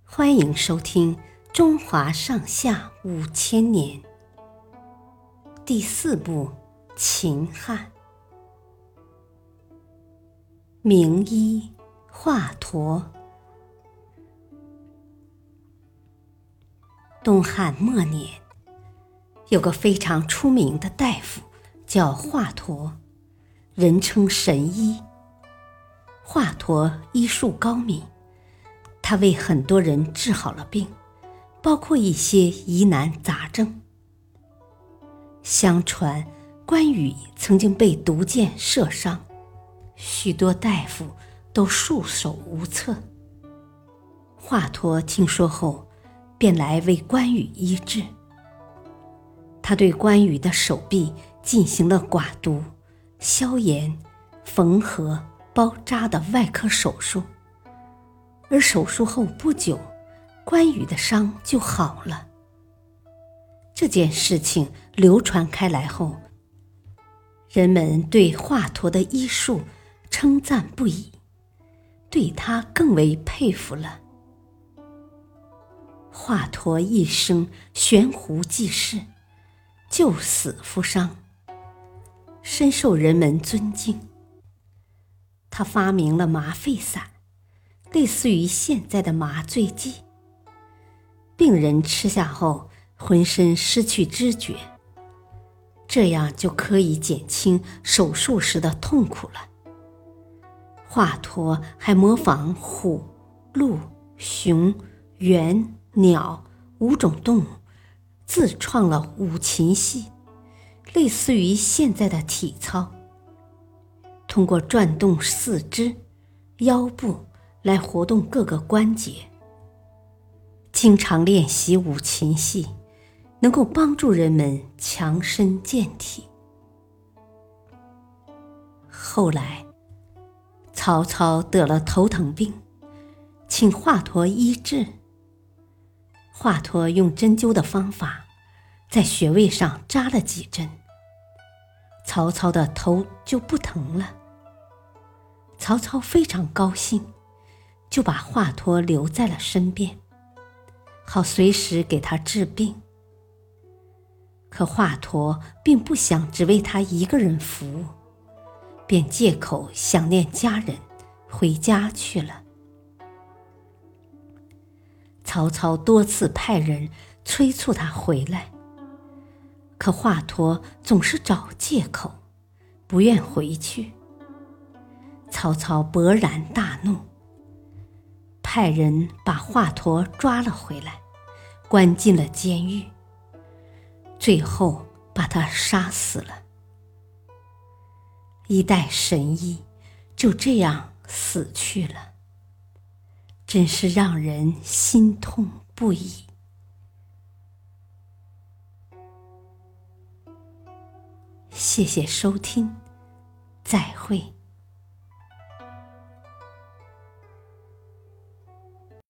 欢迎收听《中华上下5000年》第4部秦汉。名医华佗。东汉末年，有个非常出名的大夫叫华佗，人称神医。华佗医术高明，他为很多人治好了病，包括一些疑难杂症。相传关羽曾经被毒箭射伤，许多大夫都束手无策。华佗听说后，便来为关羽医治。他对关羽的手臂进行了剐毒、消炎、缝合、包扎的外科手术，而手术后不久，关羽的伤就好了。这件事情流传开来后，人们对华佗的医术称赞不已，对他更为佩服了。华佗一生悬壶济世，救死扶伤，深受人们尊敬。他发明了麻沸散，类似于现在的麻醉剂，病人吃下后浑身失去知觉，这样就可以减轻手术时的痛苦了。华佗还模仿虎、鹿、熊、猿、鸟5种动物，自创了五禽戏，类似于现在的体操，通过转动四肢、腰部来活动各个关节。经常练习五禽戏，能够帮助人们强身健体。后来，曹操得了头疼病，请华佗医治。华佗用针灸的方法，在穴位上扎了几针，曹操的头就不疼了。曹操非常高兴，就把华佗留在了身边，好随时给他治病。可华佗并不想只为他一个人服务，便借口想念家人，回家去了。曹操多次派人催促他回来，可华佗总是找借口，不愿回去。曹操勃然大怒，派人把华佗抓了回来，关进了监狱，最后把他杀死了。一代神医就这样死去了，真是让人心痛不已。谢谢收听，再会。